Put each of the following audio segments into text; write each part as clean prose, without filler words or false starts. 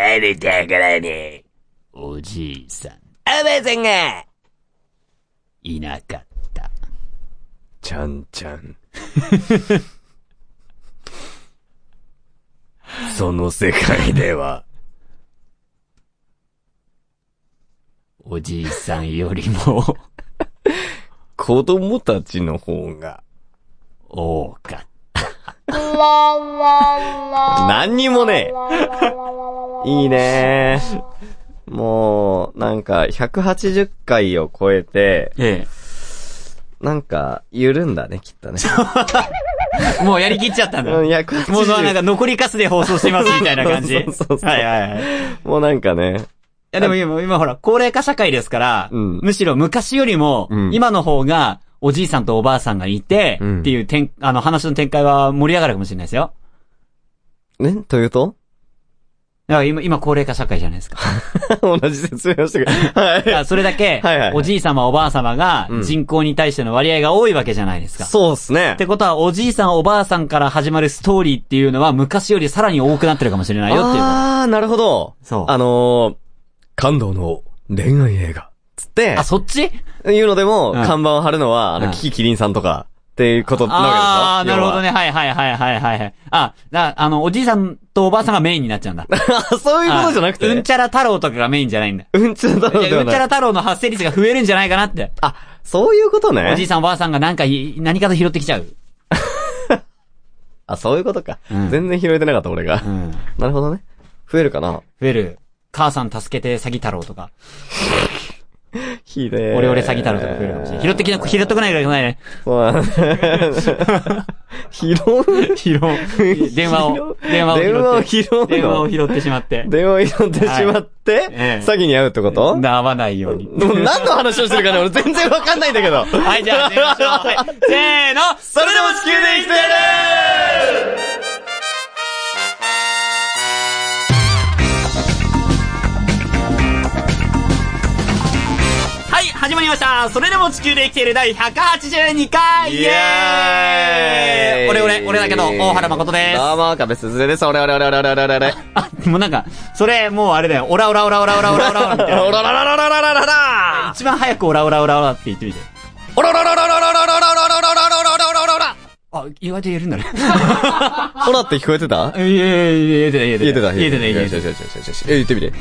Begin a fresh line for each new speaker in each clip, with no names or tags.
るところに、
おじいさん、
おばあさんが、
いなかった。
ちゃんちゃん。その世界では、
おじいさんよりも、
子供たちの方が、
多かった。
何にもねえ。いいね。もう、なんか、180回を超えて、なんか、緩んだね、きっとね。
もうやりきっちゃったんだ。
うん、180。
もうなんか残りカスで放送してますみたいな感じ。
そう。
はいはいはい。い
もうなんかね。
やでも今ほら、高齢化社会ですから、むしろ昔よりも、今の方が、おじいさんとおばあさんがいて、っていう話の展開は盛り上がるかもしれないですよ。
ねというと
だから今高齢化社会じゃないですか。
同じ説明をしてくれ。はい。
それだけ、おじい様おばあ様が人口に対しての割合が多いわけじゃないですか。
そうですね。
ってことは、おじいさんおばあさんから始まるストーリーっていうのは昔よりさらに多くなってるかもしれないよっていう。
あー、なるほど。
そう。
感動の恋愛映画。つって。
あ、そっち
いうのでも、看板を貼るのは、キキキリンさんとか、っていうことなわけですよ。
ああ、なるほどね。はい。おじいさんとおばあさんがメインになっちゃうんだ。
そういうことじゃなくて。
うんちゃら太郎とかがメインじゃないんだ。
うんちゃら太郎ではない。
うんちゃら太郎の発生率が増えるんじゃないかなって。
あ、そういうことね。
おじいさんおばあさんが何かと拾ってきちゃう。
あ、そういうことか。全然拾えてなかった俺が。なるほどね。増えるかな。
増える。母さん助けて詐欺太郎とか。
ひでー。
俺詐欺太郎とか増えるかもしれない。拾っとかないからないね。
そうだね。拾う
電話を拾ってしまって。
電話を拾ってしまって、詐欺に遭うってこと？
合わないように。
何の話をしてるかね、俺全然わかんないんだけど。
はい、じゃあ、寝ましょう。はい、せーの、
それでも地球で生きてる
始まりました。それでも地球で生きている第182回イエーイ俺だけど、大原誠です。
どうも、壁すずれです。俺。あ、
もうなんか、それ、もうあれだよ。オラみたいな。オラ一番早くオラって言ってみて。あ、意外と言えるんだね。
オラって聞こえてた？
言えてた。
言ってみて。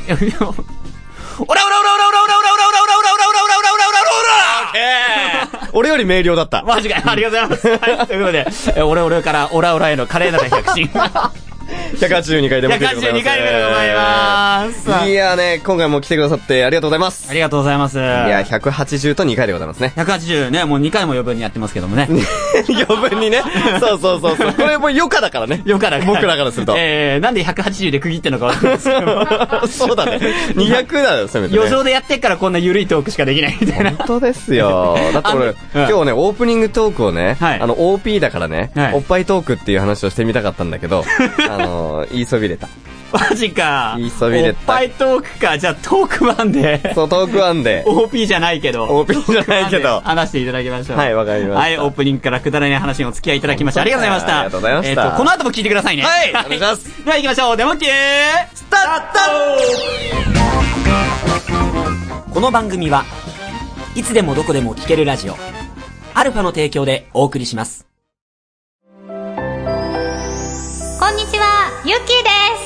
俺より明瞭だった。
マジか。ありがとうございます。はい、ということで、俺からオラへの華麗なる躍進。
182回でも来てくださいます。
182回目でございます。
いやね、今回も来てくださってありがとうございます。
ありがとうございます。い
や、180と2回でございますね。
180ね、もう2回も余分にやってますけどもね。
余分にね。そう。これも余暇だからね。
僕ら
からすると。
なんで180で区切ってんのかわかんないですけど。
そうだね。200だよ、せめてね。
余剰でやってっからこんな緩いトークしかできないみたいな。
本当ですよ。だって俺、今日ね、オープニングトークをね、OP だからね、おっぱいトークっていう話をしてみたかったんだけど、言いそびれた。
マジか。
言いそびれた。
おっぱいトークか。じゃあトーク1で。
そう、トーク1で。
OP じゃないけど。
OP じゃないけど。
話していただきましょう。
はい、わかりました。
はい、オープニングからくだらない話にお付き合いいただきましてありがとうございました。
ありがとうございました。
この後も聞いてくださいね。
はい、お願いします。
では行きましょう。デモキュースタート。この番組はいつでもどこでも聞けるラジオアルファの提供でお送りします。
こんにちは、ゆっきーです。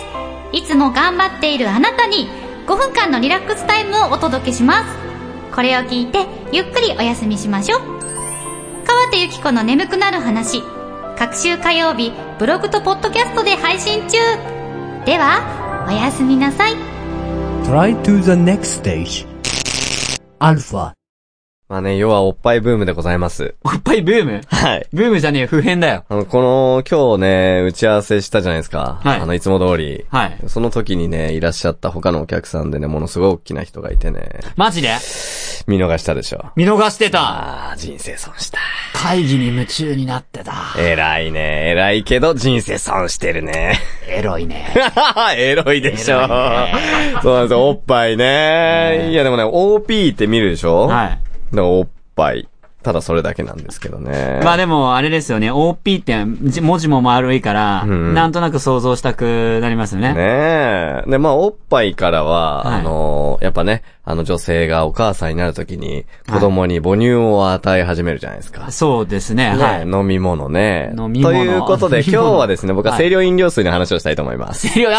いつも頑張っているあなたに5分間のリラックスタイムをお届けします。これを聞いてゆっくりお休みしましょう。川手ゆき子の眠くなる話、各週火曜日ブログとポッドキャストで配信中。ではおやすみなさい。
Try to the next stage アルファ。
まあね、要はおっぱいブームでございます。
おっぱいブーム？
はい。
ブームじゃねえ、普遍だよ。
今日ね、打ち合わせしたじゃないですか。はい。いつも通り。
はい。
その時にね、いらっしゃった他のお客さんでね、ものすごい大きな人がいてね。
マジで？
見逃したでしょ。
見逃してた。
ああ、人生損した。
会議に夢中になってた。
偉いね。偉いけど人生損してるね。
エロいね。
エロいでしょ。そうなんですよ、おっぱいね。いやでもね、OP って見るでしょ？はい。だからおっぱい。 ただそれだけなんですけどね。
まあでも、あれですよね。OP って文字も丸いから、なんとなく想像したくなりますよね。
ねえ。で、まあ、おっぱいからは、やっぱね、女性がお母さんになるときに、子供に母乳を与え始めるじゃないですか。
そうですね。
はい。飲み物ね。
飲み物。
ということで、今日はですね、僕は清涼飲料水の話をしたいと思います。
清涼、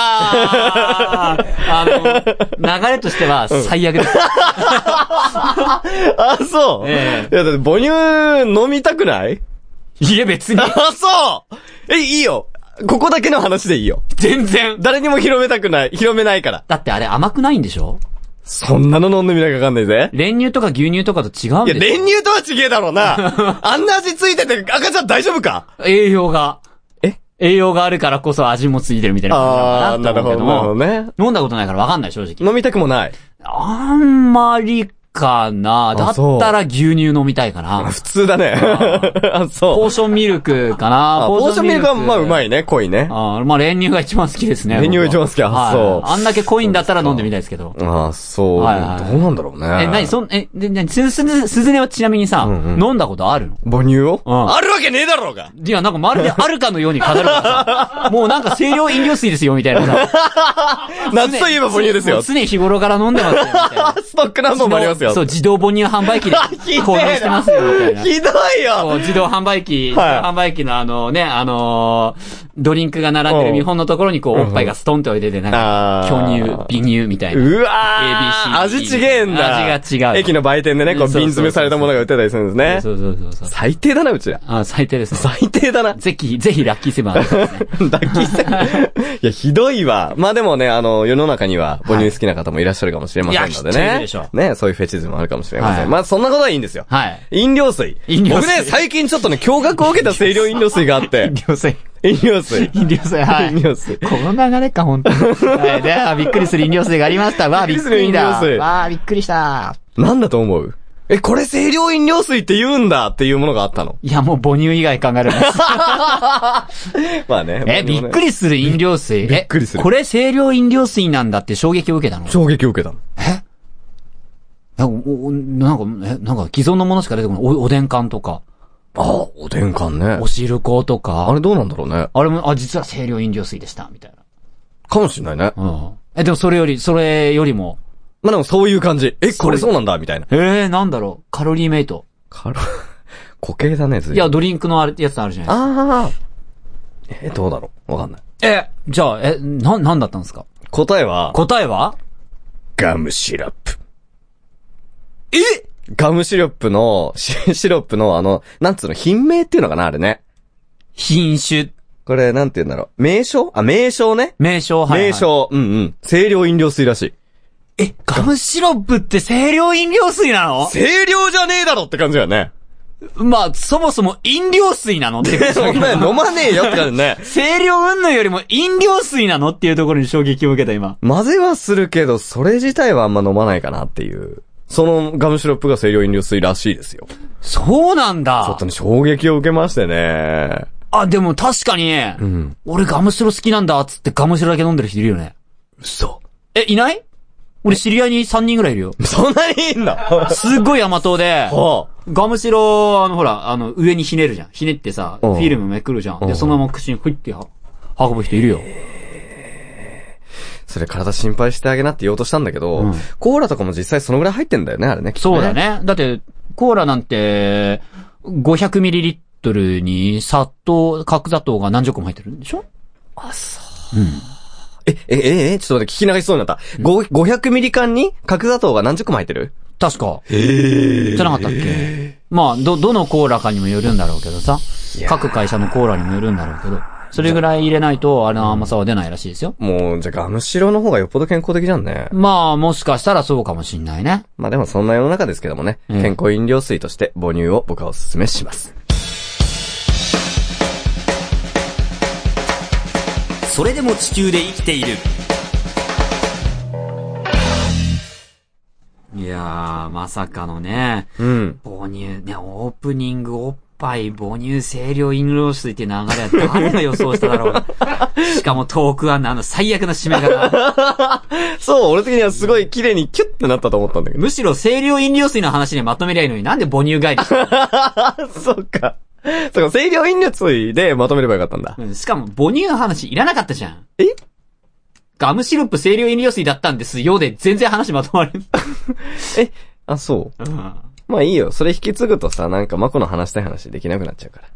流れとしては最悪です。
あ、そう。いや、だって母乳飲みたくない？
いや、別に。
あ、そう。いいよ。ここだけの話でいいよ。
全然。
誰にも広めないから。
だってあれ甘くないんでしょ？
そんなの飲んでみなきゃわかんないぜ。
練乳とか牛乳とかと違うんでしょ？
いや、練乳とは違えだろうな。あんな味ついてて赤ちゃん大丈夫か？
栄養があるからこそ味もついてるみたいな感じなのかなと思うけども。なるほどね。飲んだことないからわかんない、正直。
飲みたくもない。
あんまりかな。だったら牛乳飲みたいかな。
普通だね。あ、そう。
ポーションミルクかな。
ポーションミルクはまあうまいね、濃いね。
まあ練乳が一番好きですね。
練乳が一番好き。あ、そう。
あんだけ濃いんだったら飲んでみたいですけど。
あ、そう。どうなんだろうね。
スズネはちなみにさ、飲んだことあるの？
母乳を？あるわけねえだろうが。
いや、なんかまるであるかのように語るからさ、もうなんか清涼飲料水ですよ、みたいなさ。
夏といえば母乳ですよ。
常日頃から飲んでますよ、みたいな。
ストック何本もありますよ。
そう、自動母乳販売機で購入してますよ、みたいな。
ひどいよ。
自動販売機のドリンクが並んでる見本のところにこう、おっぱいがストンって置いてて、なんか、巨乳、微乳みたいな。
うわー ABC。味違えんだ。
味が違う。
駅の売店でね、こう、瓶詰めされたものが売ってたりするんですね。
そう。
最低だな、うちら。
最低ですね。
最低だな。
ぜひ、ラッキーセブンあるからね。
ラッキーセブン。いや、ひどいわ。まあでもね、世の中には母乳好きな方もいらっしゃるかもしれませんのでね。ね、そういうフェチズムあるかもしれません。まあそんなことはいいんですよ。
はい。
飲料水。僕ね、最近ちょっとね、驚愕を受けた清涼飲料水があって。飲料水、はい。飲料水。
この流れか、ほんとに。はい。で、びっくりする飲料水がありました。わあ、びっくりだ。わあ、びっくりした。
なんだと思う？これ清涼飲料水って言うんだっていうものがあったの？
いや、もう母乳以外考えられないです。
まあね。
びっくりする飲料水。
びっくりする。
これ清涼飲料水なんだって衝撃を受けたの？
衝撃を受けたの。
なんか既存のものしか出てこない。おでん缶とか。
おでん缶ね。
お汁粉とか。
あれどうなんだろうね。
あれも、実は清涼飲料水でした、みたいな。
かもしれないね。
でもそれよりも。
まあでもそういう感じ。これそうなんだ、みたいな。
なんだろう。カロリーメイト。
固形だね、
いや、ドリンクのやつあるじゃないですか。
どうだろう。わかんない。
じゃあ、なんだったんですか？
答えはガムシロップ。ガムシロップの、なんつうの、品名っていうのかな、あれね。
品種。
これ、なんて言うんだろう。名称ね。
名称、
名称。清涼飲料水らし
い。ガムシロップって清涼飲料水なの？
清涼じゃねえだろって感じだよね。
まあ、そもそも飲料水なのって感じ。
お前飲まねえよって感じね。
清涼云々よりも飲料水なのっていうところに衝撃を受けた今。
混ぜはするけど、それ自体はあんま飲まないかなっていう。そのガムシロップが清涼飲料水らしいですよ。
そうなんだ。
ちょっとね、衝撃を受けましてね。
でも確かに、俺ガムシロ好きなんだっつってガムシロだけ飲んでる人いるよね。
嘘。
いない？俺知り合いに3人ぐらいいるよ。
そんなにいんの？
すっごい甘党で、ガムシロ、ほら、上にひねるじゃん。ひねってさ、フィルムめくるじゃん。で、そのまま口にふいって運ぶ人いるよ。
それ体心配してあげなって言おうとしたんだけど、コーラとかも実際そのぐらい入ってんだよね、あれね。
そうだね。だって、コーラなんて、500ml に角砂糖が何十個も入ってるんでしょ？
そう。ちょっと待って、聞き流しそうになった。500ミリ缶に角砂糖が何十個も入ってる？
確か。じゃなかったっけ？まあ、どのコーラかにもよるんだろうけどさ。各会社のコーラにもよるんだろうけど。それぐらい入れないと、あの甘さは出ないらしいですよ。
もう、じゃあガムシロの方がよっぽど健康的じゃんね。
まあ、もしかしたらそうかもしんないね。
まあでもそんな世の中ですけどもね。健康飲料水として母乳を僕はおすすめします。
それでも地球で生きている。いやー、まさかのね。母乳ね、オープニングおっぱ
パイ、母乳、清涼飲料水っていう流れは誰が予想しただろう。しかもトークワンの最悪な締め方。
そう、俺的にはすごい綺麗にキュッてなったと思ったんだけど。
むしろ清涼飲料水の話にまとめりゃいいのになんで母乳返り
そうか。そうか、清涼飲料水でまとめればよかったんだ。
しかも母乳の話いらなかったじゃん。
え？
ガムシロップ清涼飲料水だったんですよで全然話まとまる。
あ、そう。まあいいよ。それ引き継ぐとさ、なんかマコの話したい話できなくなっちゃうから。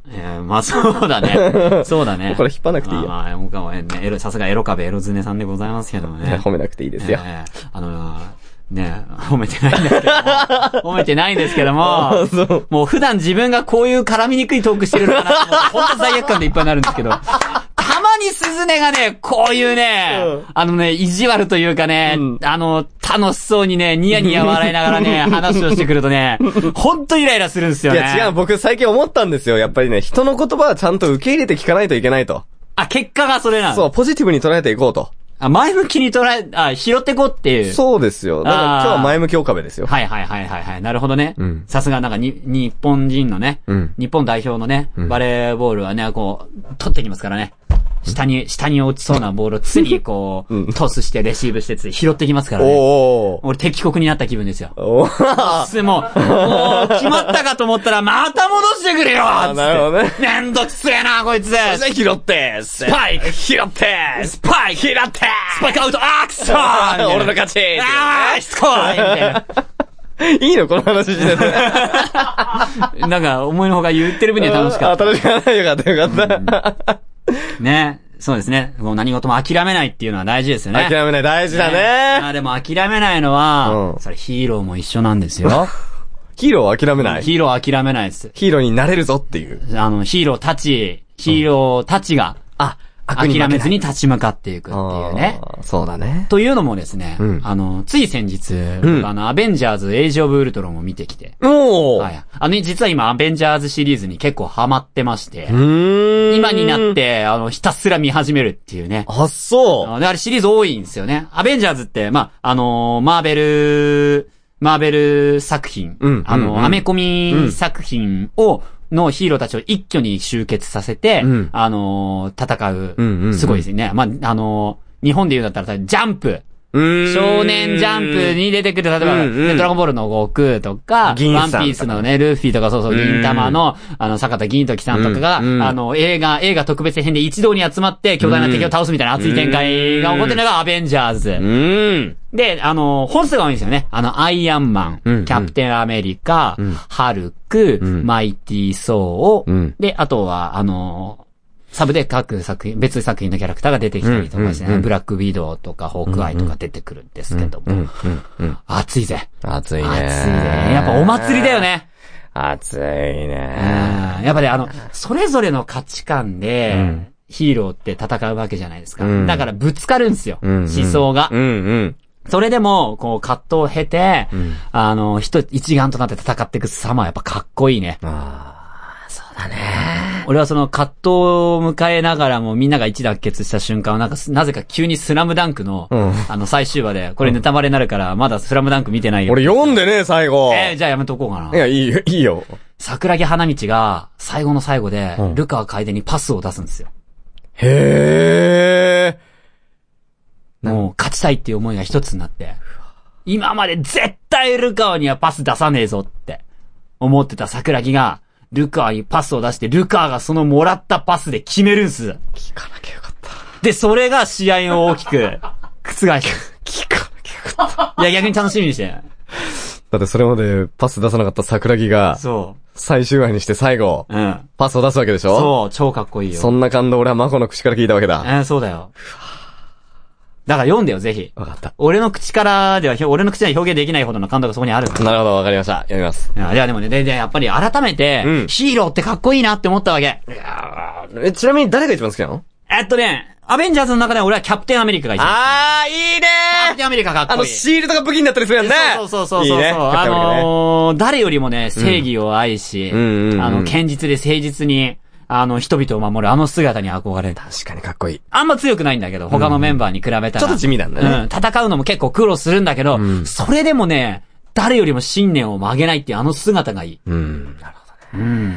まあそうだね。そうだね。
これ引っ張らなくていいよ。
まあ、僕はね、さすがエロ壁エロズネさんでございますけどもね。
褒めなくていいですよ。
ね、褒めてないんですけども。褒めてないんですけども、もう普段自分がこういう絡みにくいトークしてるのかなって、ほんと罪悪感でいっぱいになるんですけど、たまに鈴音がね、こういうね、意地悪というかね、楽しそうにね、ニヤニヤ笑いながらね、話をしてくるとね、ほんとイライラするんですよね。
いや違う、僕最近思ったんですよ。やっぱりね、人の言葉はちゃんと受け入れて聞かないといけないと。
あ、結果がそれなの？
そう、ポジティブに捉えていこうと。
前向きに拾ってこうっていう。
そうですよ。だから今日は前向き岡部ですよ。
はい。なるほどね。さすがなんか日本人のね、日本代表のね、バレーボールはね、こう、取ってきますからね。下に落ちそうなボールをついこう、トスしてレシーブして拾ってきますからね。俺敵国になった気分ですよ。もう、決まったかと思ったらまた戻してくれよつって。
なるほどね。
めんどくせえな、こいつ。
拾って
スパイク
拾って
スパイク
拾って
スパイクアウトクソー
俺の勝ち
しつこいみたいな。
いいのこの話してて。
なんか、思いのほか言ってる分には楽しかった。
楽しかった。よかった。
ね。そうですね。もう何事も諦めないっていうのは大事ですよね。
諦めない、大事だね。
でも諦めないのは、それヒーローも一緒なんですよ。
ヒーローは諦めない？
ヒーローは諦めないです。
ヒーローになれるぞっていう。
ヒーローたちが、諦めずに立ち向かっていくっていうね。
そうだね。
というのもですね、つい先日、アベンジャーズエイジオブウルトロンを見てきて。実は今アベンジャーズシリーズに結構ハマってまして、今になって、ひたすら見始めるっていうね。
あ、そう。
あれシリーズ多いんですよね。アベンジャーズって、マーベル作品、アメコミ作品のヒーローたちを一挙に集結させて、戦う。すごいですね。日本で言うんだったら、ジャンプ。少年ジャンプに出てくる、例えば、ドラゴンボールの悟空とか、ワンピースのね、ルフィとか、銀玉の、坂田銀時さんとかが、映画特別編で一堂に集まって、巨大な敵を倒すみたいな熱い展開が起こってるのがアベンジャーズ。で、本数が多いんですよね。アイアンマン、キャプテンアメリカ、ハルク、マイティー・ソー、で、あとは、サブで各作品、別作品のキャラクターが出てきたりとかしてね、ブラックウィドウとかホークアイとか出てくるんですけども。熱いぜ。
熱いね。
熱いね。やっぱお祭りだよね。
熱いね。
やっぱね、それぞれの価値観で、ヒーローって戦うわけじゃないですか。だからぶつかるんですよ。思想が。それでも、こう、葛藤を経て、一丸となって戦っていく様はやっぱかっこいいね。
そうだね。
俺はその葛藤を迎えながらもみんなが一致団結した瞬間はなぜか急にスラムダンクの、最終話で、これネタバレになるから、まだスラムダンク見てないよ。
俺読んでね、最後。
じゃあやめとこうかな。
いや、いいよ。
桜木花道が、最後の最後で、ルカワ楓にパスを出すんですよ。
へー。
もう、勝ちたいっていう思いが一つになって、今まで絶対ルカワにはパス出さねえぞって、思ってた桜木が、ルカワにパスを出して、ルカワがそのもらったパスで決めるんす。
聞かなきゃよかった。
で、それが試合を大きく覆した。
聞かなきゃよかった。
いや、逆に楽しみにして。
だってそれまでパス出さなかった桜木が、最終話にして最後、パスを出すわけでしょ？
そう、超かっこいいよ。
そんな感動俺はマコの口から聞いたわけだ。
そうだよ。だから読んでよ、ぜひ。
わかった。
俺の口では表現できないほどの感動がそこにある。
なるほど、わかりました。読みます。
いや、でもね、やっぱり改めて、ヒーローってかっこいいなって思ったわけ。
ちなみに誰が一番好きなの？
アベンジャーズの中で俺はキャプテンアメリカが一番好き。いいねー！キャプテンアメリカかっこいい。
シールドが武器になったりするやんね。
そう。
いいね。
誰よりもね、正義を愛し、堅実で誠実に、人々を守る姿に憧れる。
確かにかっこいい。
あんま強くないんだけど、他のメンバーに比べたら。
ちょっと地味なんだね。
戦うのも結構苦労するんだけど、それでもね、誰よりも信念を曲げないっていう姿がいい。
なるほどね。
いい。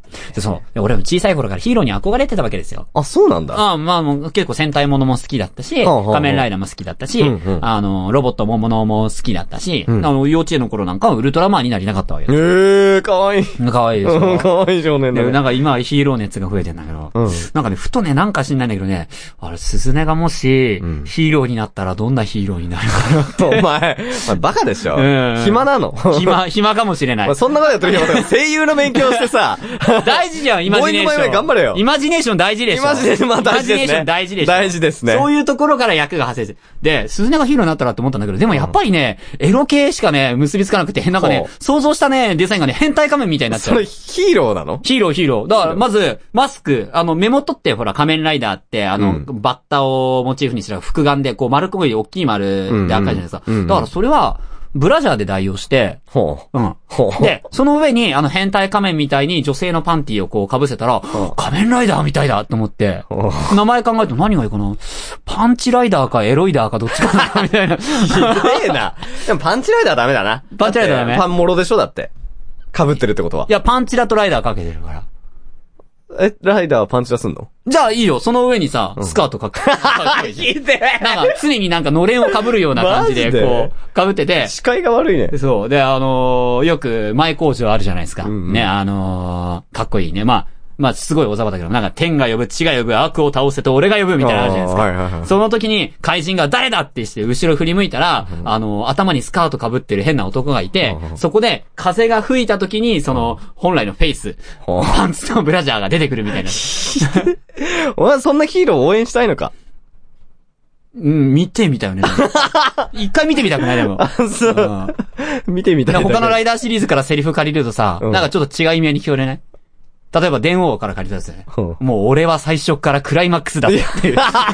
で、俺も小さい頃からヒーローに憧れてたわけですよ。
あ、そうなんだ。
まあもう結構戦隊ものも好きだったし、仮面ライダーも好きだったし、ロボットものも好きだったし、幼稚園の頃なんかはウルトラマンになりなかったわけです。
かわいい。
かわいいでしょ。
かわいい少年だね。
なんか今はヒーロー熱が増えてんだけど、なんかね、ふとね、なんか知んないんだけどね、スズネがもし、ヒーローになったらどんなヒーローになるかなって。
お前バカでしょ。暇なの。
暇かもしれない。
そんなことやってる暇とか声優の勉強してさ。
大事じゃん、イマジネーション。
頑張れよ。
イマジネーション大事でしょ。
イマジネーション大事ですね。
大事でしょ。
大事ですね。
そういうところから役が発生する。で、スズネがヒーローになったらって思ったんだけど、でもやっぱりね、エロ系しかね、結びつかなくて、なんかね、想像したね、デザインがね、変態仮面みたいになっちゃう。
それヒーローなの？
ヒーロー。だから、まず、マスク、目元ってほら、仮面ライダーって、バッタをモチーフにした複眼で、こう、丸っこい大きい丸で赤いじゃないですか。だからそれは、ブラジャーで代用して、で、その上に、変態仮面みたいに女性のパンティをこう被せたら、仮面ライダーみたいだと思って、名前考えると何がいいかな？パンチライダーかエロイダーかどっちかなみたいな。ひ
どいな。でもパンチライダーダメだな。
パンチライダーダメ？
パンモロでしょだって。被ってるってことは。
いや、パンチラとライダーかけてるから。
ライダーはパンチラすんの？
じゃあいいよ。その上にさ、スカートかけて。なんか、常になんかのれんを被るような感じで、こう、被ってて。
視界が悪いね。
そう。で、よく、前工場あるじゃないですか。ね、かっこいいね。まあ、すごい大雑把だけど、なんか、天が呼ぶ、地が呼ぶ、悪を倒せと俺が呼ぶみたいなのあるじゃないですか。その時に、怪人が誰だってして、後ろ振り向いたら、頭にスカート被ってる変な男がいて、そこで、風が吹いた時に、本来のフェイス、パンツとブラジャーが出てくるみたいな。
お前そんなヒーロー応援したいのか？
見てみたよね。一回見てみたくないでも。
そう。見てみたい。
他のライダーシリーズからセリフ借りるとさ、なんかちょっと違う意味に聞こえない？例えば、電王から借りたやつね。もう俺は最初からクライマックスだっていう。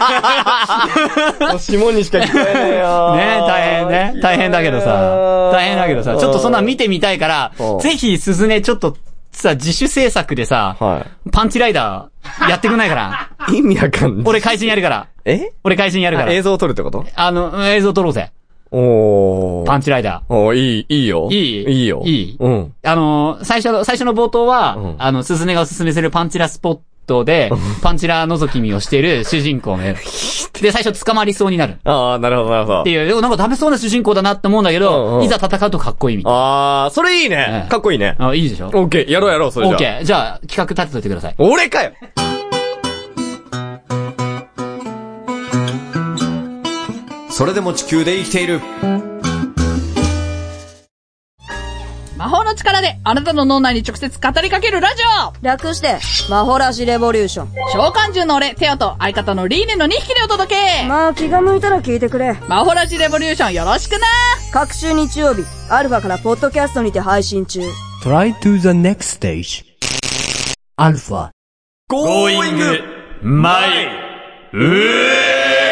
下にしか聞こえないよ。
ね、大変だけどさ、ちょっとそんな見てみたいから、ぜひ、スズネちょっとさ、自主制作でさ、パンチライダーやってくんないから。
意味わかんない。
俺怪人やるから。俺怪人やるから。
映像を撮るってこと？
映像撮ろうぜ。パンチライダ
ー。いいよ。いいよ。
最初の冒頭は、スズネがおすすめするパンチラスポットで、パンチラ覗き見をしている主人公ね。で、最初捕まりそうになる。
なるほど。
っていう、でもなんかダメそうな主人公だなって思うんだけど、いざ戦うとかっこいいみたいな。
それいいね。かっこいいね。
いいでしょ？
オッケー、やろう、それじゃあ。
オッケー、じゃあ、企画立てといてください。
俺かよ！
それでも地球で生きている。
魔法の力であなたの脳内に直接語りかけるラジオ！
略して、魔法ラジレボリューション。
召喚獣の俺、テオと相方のリーネの2匹でお届け！
まあ気が向いたら聞いてくれ。
魔法ラジレボリューションよろしくな！
各週日曜日、アルファからポッドキャストにて配信中。
Try to the next stage. アルファ。
Going my way!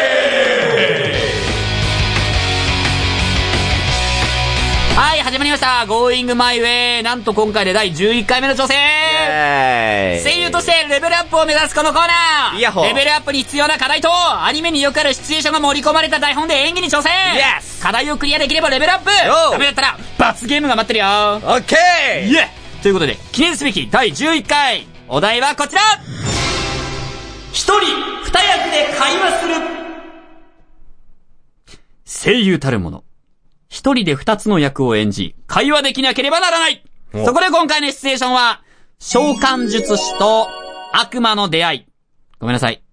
はい、始まりました。Going My Way。なんと今回で第11回目の挑戦。声優としてレベルアップを目指すこのコーナー。レベルアップに必要な課題と、アニメによくあるシチュエーションが盛り込まれた台本で演技に挑戦。課題をクリアできればレベルアップ。ダメだったら、罰ゲームが待ってるよ。
オッケー！
イエー！ということで、記念すべき第11回。お題はこちら！一人、二役で会話する。声優たるもの。一人で二つの役を演じ、会話できなければならない。そこで今回のシチュエーションは、召喚術師と悪魔の出会い。ごめんなさい。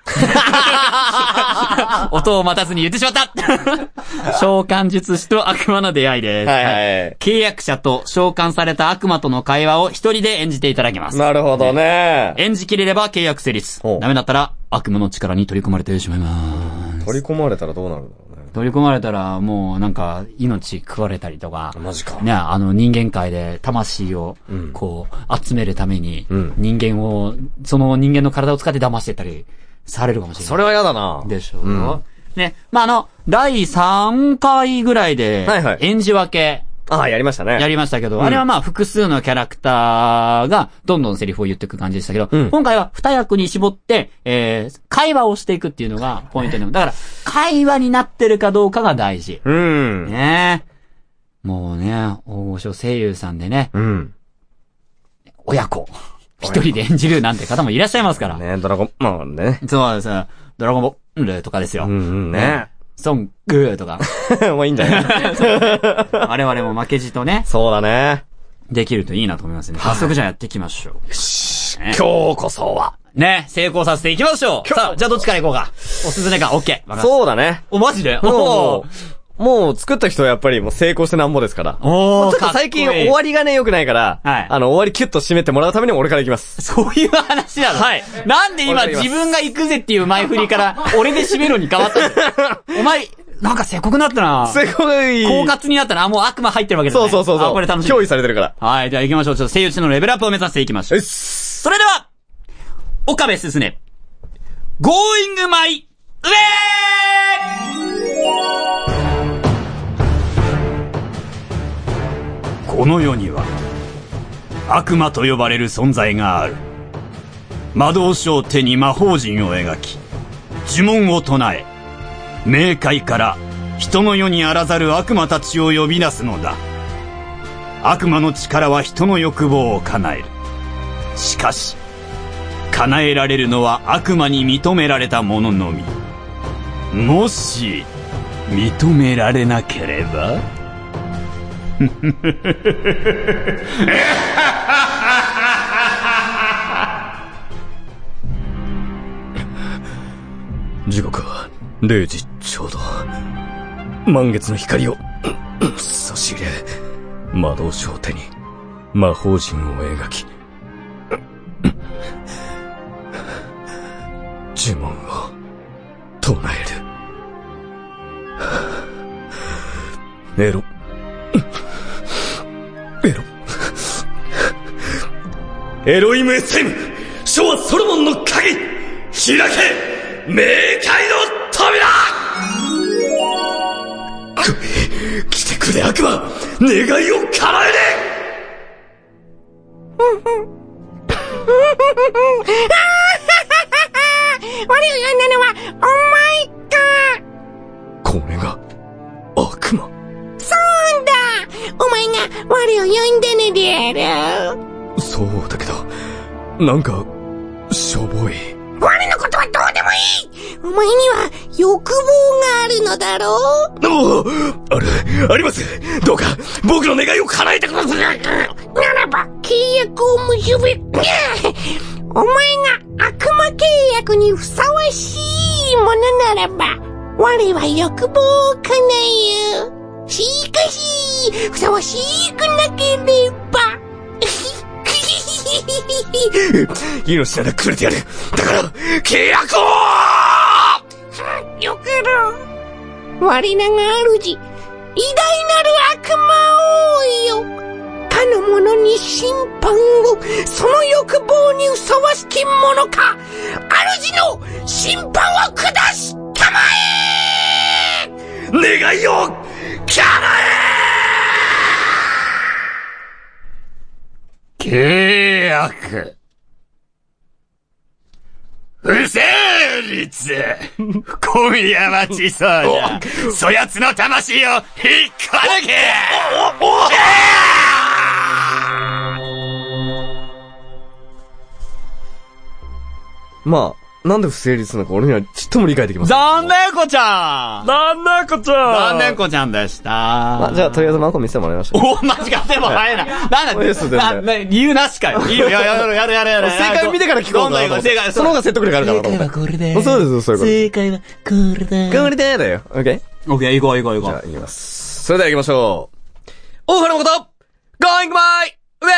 音を待たずに言ってしまった召喚術師と悪魔の出会いです。契約者と召喚された悪魔との会話を一人で演じていただきます。
なるほどね。
演じきれれば契約成立。ダメだったら悪魔の力に取り込まれてしまいます。
取り込まれたらどうなるんだろうね。
取り込まれたらもうなんか命食われたりとか。
マジか。
ね、人間界で魂をこう集めるために人間を、その人間の体を使って騙してったりされるかもしれない。
それは嫌だな。
でしょう。ね、第3回ぐらいで演じ分け。
やりましたね。
やりましたけど、あれは複数のキャラクターがどんどんセリフを言っていく感じでしたけど、今回は2役に絞って、会話をしていくっていうのがポイントでも。だから、会話になってるかどうかが大事。ねもうね、大御所声優さんでね、親子。 一人で演じるなんて方もいらっしゃいますから。
ね、ドラゴン、まあね。
そうです。ドラゴンボールとかですよ。
ね。
ソングとか。
もういいんだよ。
我々も負けじとね。
そうだね。
できるといいなと思いますね。早速じゃあやっていきましょう。
今日こそは。
ね、成功させていきましょう。さあ、じゃあどっちから行こうか。おすすめか、オッケー。
そうだね。
お、マジで
もう作った人はやっぱりもう成功してなんぼですから。ちょっと最近終わりがね良くないから、はい。終わりキュッと締めてもらうために俺から行きます。
そういう話なの？はい。なんで今自分が行くぜっていう前振りから、俺で締めろに変わったの？お前、なんかせっこくなったな。
せっこくいい。
狡猾になったな。もう悪魔入ってるわけですね。
そう。
これ楽しみ。
憑依されてるから。
はい。では行きましょう。ちょっと声優知能のレベルアップを目指していきましょう。それでは、岡部すすね。Going my way! この世には悪魔と呼ばれる存在がある。魔導書を手に魔法陣を描き、呪文を唱え、冥界から人の世にあらざる悪魔たちを呼び出すのだ。悪魔の力は人の欲望を叶える。しかし叶えられるのは悪魔に認められたもののみ。もし認められなければ
時刻は0時ちょうど。満月の光を差し入れ、魔導書を手に魔法陣を描き、呪文を唱える。エロイムエッセム、書はソロモンの鍵、開け冥界の扉。来てくれ悪魔、願いを叶えれ。
我を呼んだのはお前か。
これが悪魔。
そうだ、お前が我を呼んだのである。
そうだけど、なんかしょぼい。
我のことはどうでもいい。お前には欲望があるのだろう。
あります。どうか僕の願いを叶えてください。
ならば契約を結べ。お前が悪魔契約にふさわしいものならば、我は欲望を叶えよう。しかしふさわしくなければ
命ならくれてやる。だから契約を。
よかろう。我らが主、偉大なる悪魔王よ。他の者に審判を、その欲望にふさわしきものか。主の審判を下したまえ。
願いを叶
え。契約。不成立。今夜はちそうだ。そやつの魂を引っこ抜け。
まあ、なんで不成立なのか俺にはちっとも理解できません。
残念子ちゃん。
残
念子ちゃんでした。
まあ、じゃあとりあえずマコ見せてもらいましょう。
お、マジか、でも早いな。なんだ、理由なしかよ。いいよ、やる。
正解を見てから聞こうかな。正解、その方が説得力あるからと思って。
正解はこれで。
そうです、そういうこと。
正解はこれで。
これでだよ。オッケー？
オッケー、行こう。
じゃあ、行きます。それでは行きましょう。オーファのこと Going my way!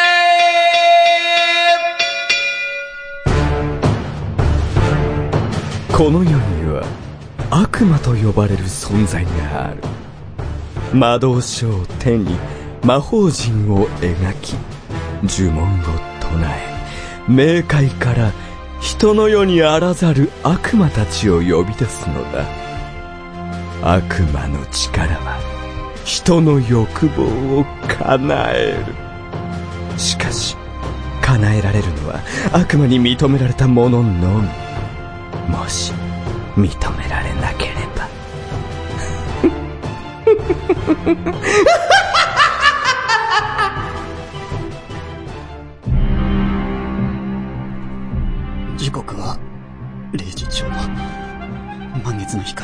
この世には悪魔と呼ばれる存在がある。魔導書を手に魔法陣を描き、呪文を唱え、冥界から人の世にあらざる悪魔たちを呼び出すのだ。悪魔の力は人の欲望を叶える。しかし叶えられるのは悪魔に認められたもののみ。もし認められなければ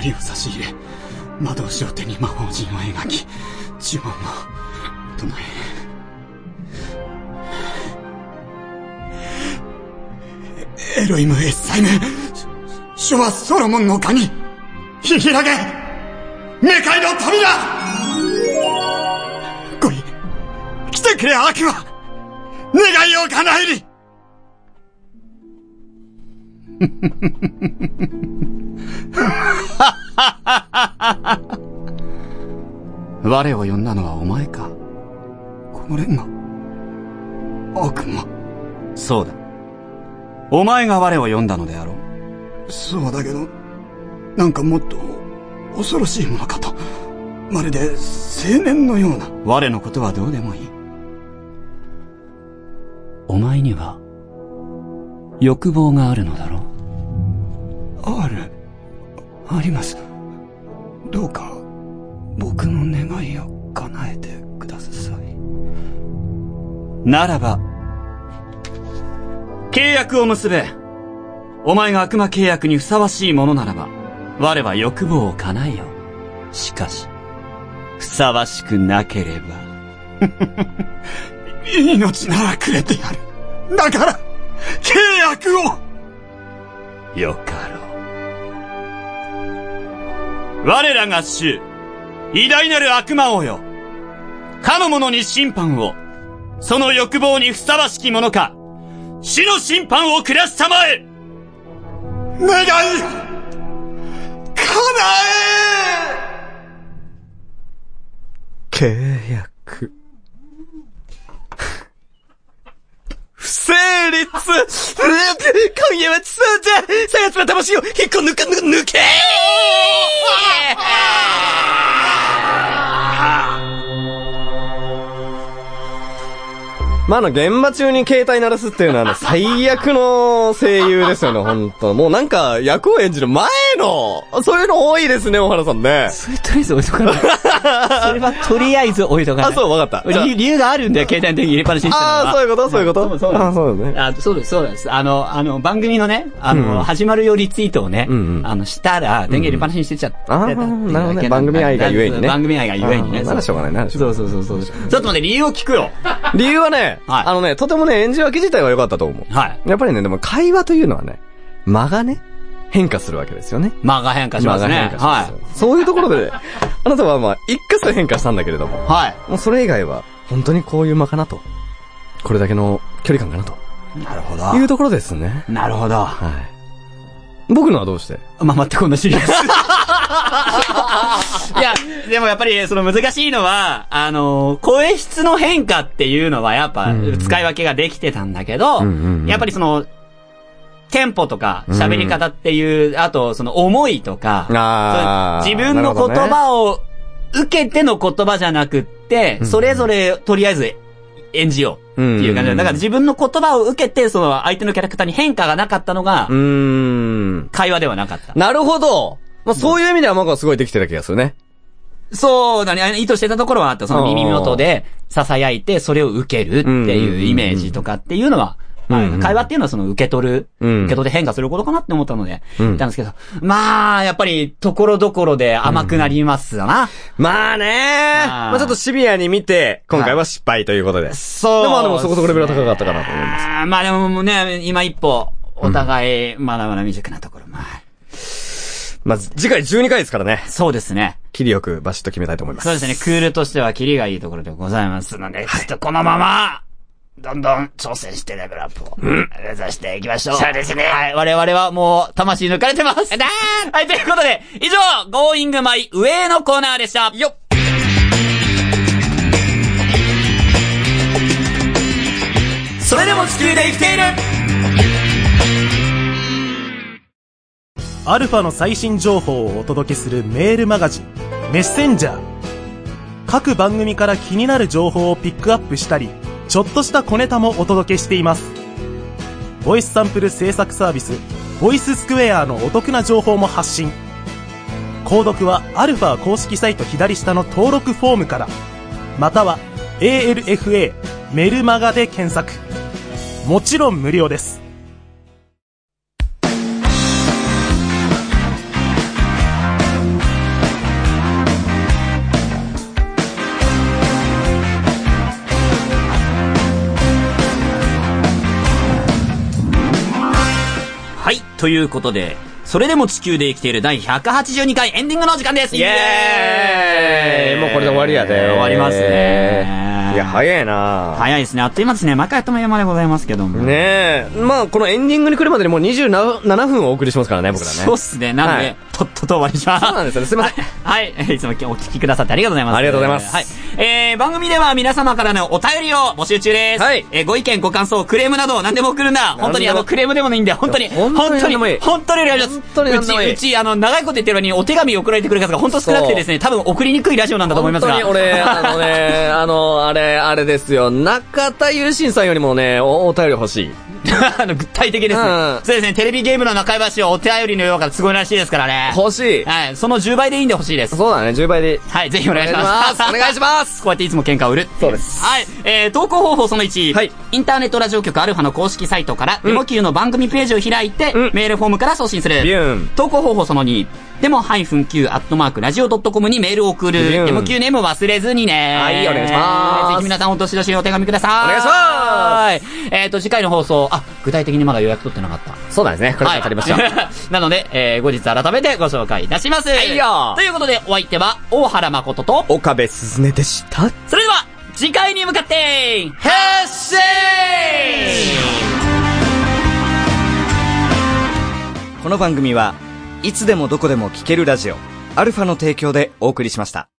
光を差し入れ、魔導士を手に魔法陣を描き、呪文を唱え、エロイム・エッサイム、書はソロモンの鍵、引き上げ、冥界の扉。来い、来てくれ悪魔、願いを叶えり。我を呼んだのはお前か。これが悪魔。
そうだ、お前が我を呼んだのであろう。
そうだけど、なんかもっと恐ろしいものかと。まるで青年のような。
我のことはどうでもいい。お前には欲望があるのだろう。
あります。どうか僕の願いを叶えてください。
ならば契約を結べ。お前が悪魔契約にふさわしいものならば我は欲望を叶えよう。しかしふさわしくなければ
命ならくれてやる。だから契約を。
よかろう。我らが主、偉大なる悪魔王よ。かの者に審判を、その欲望にふさわしきものか、死の審判を下したまえ。
願いを叶
え。契約。不成立。今夜はそうじゃ。さやつの魂を引っこ抜け。まあ、現場中に携帯鳴らすっていうのは最悪の声優ですよね、ほんと。もうなんか、役を演じる前の、そういうの多いですね、小原さんね。
それとりあえず置いとかない。それはとりあえず置いとかない。
あ、そう、わかった。
理由があるんだよ、携帯の時に入れっぱなしにしてるのは。
ああ、そういうこと。
そう
あ、そうですね。
そうです。番組のね、始まるよリツイートをね、したら、電源入れっぱなしにしてちゃってた。
なるほどね。番組愛がゆえにね。
番組愛がゆえにね。
ならしょうがない、
そう。ちょっと待って、理由を聞くよ。
理由はね、とてもね、演じ分け自体は良かったと思う。
はい。
やっぱりね、でも会話というのはね、間がね、変化するわけですよね。
間が変化しますね。はい。
そういうところで、あなたはまあ、一過性変化したんだけれども。
はい。
もうそれ以外は、本当にこういう間かなと。これだけの距離感かなと。
なるほど。
いうところですね。
なるほど。
はい。僕のはどうして
待って、こんなシリアス。いや、でもやっぱり、その難しいのは、声質の変化っていうのはやっぱ、使い分けができてたんだけど、やっぱりその、テンポとか、喋り方っていう、あと、その思いとか、自分の言葉を受けての言葉じゃなくって、それぞれ、とりあえず、演じようっていう感じで、だから自分の言葉を受けて、その相手のキャラクターに変化がなかったのが、会話ではなかった。
なるほど。まあ、そういう意味では僕はすごいできてた気がするね。
そうだね。意図してたところはあった。その耳元で囁いて、それを受けるっていうイメージとかっていうのは、会話っていうのはその受け取って変化することかなって思ったので、言ったんですけど、まあ、やっぱり、ところどころで甘くなりますよな。
まあねまあちょっとシビアに見て、今回は失敗ということです。
そう。
でもそこそこレベルが高かったかなと思います。
まあでもね、今一歩、お互い、まだまだ未熟なところもある。
まず、次回12回ですからね。
そうですね。
切りよくバシッと決めたいと思います。
そうですね。クールとしては切りがいいところでございますので、ちょっとこのまま、どんどん挑戦してレベルアップを目指していきましょう。
そうですね。
はい。我々はもう、魂抜かれてます。はい。ということで、以上、Going My Way のコーナーでした。よっ。それでも地球で生きている。
アルファの最新情報をお届けするメールマガジン、メッセンジャー。各番組から気になる情報をピックアップしたり、ちょっとした小ネタもお届けしています。ボイスサンプル制作サービス、ボイススクエアのお得な情報も発信。購読はアルファ公式サイト左下の登録フォームから、または ALFA メルマガで検索。もちろん無料です。
ということで、それでも地球で生きている第182回エンディングの時間です。
イエーイもうこれで終わりやで。
終わりますね。
いや、早いな
早いですね。あっという間ですね。毎回あっという間でございますけども。
ねえ。まあ、このエンディングに来るまでにもう27分をお送りしますからね、僕らね。
そうっすね。なので、とっとと終わりします。
そうなんですよね。すいません。
はい。いつもお聞きくださってありがとうございます。
ありがとうございます。
はい。番組では皆様からのお便りを募集中です。はい。ご意見、ご感想、クレームなど何でも送るんだ。本当にクレームでもないんで、本当にお願いします。本当にうち、長いこと言ってるのにお手紙送られてくる方が本当少なくてですね、多分送りにくいラジオなんだと思いますが。
本当に俺、あれですよ。中田優心さんよりもね、お便り欲しい。
具体的ですね。そうですね、テレビゲームの中橋をお便りのようからすごいらしいですからね。
欲しい。
はい。その10倍でいいんで欲しいです。
そうだね、10倍で。
はい、ぜひお願いします。
お願いします。
こうやっていつも喧嘩を売る。
そうです。
はい。投稿方法その1。はい。インターネットラジオ局アルファの公式サイトから、デモ Q の番組ページを開いて、メールフォームから送信する。
ビューン。
投稿方法その2。デモ-q@radio.com にメールを送る。デモ Q ネーム忘れずにね。
はい、お願いします。
ぜひ皆さんお年しお手紙ください。
お願いし
ます。次回の放送、具体的にまだ予約取ってなかった。
そうなんですね。これから取りました。
なので、後日改めてご紹介いたします。
はいよ。
ということで、お相手は、大原誠と、
岡部すずねでした。
それでは、次回に向かって、ヘッシー
この番組はいつでもどこでも聴けるラジオアルファの提供でお送りしました。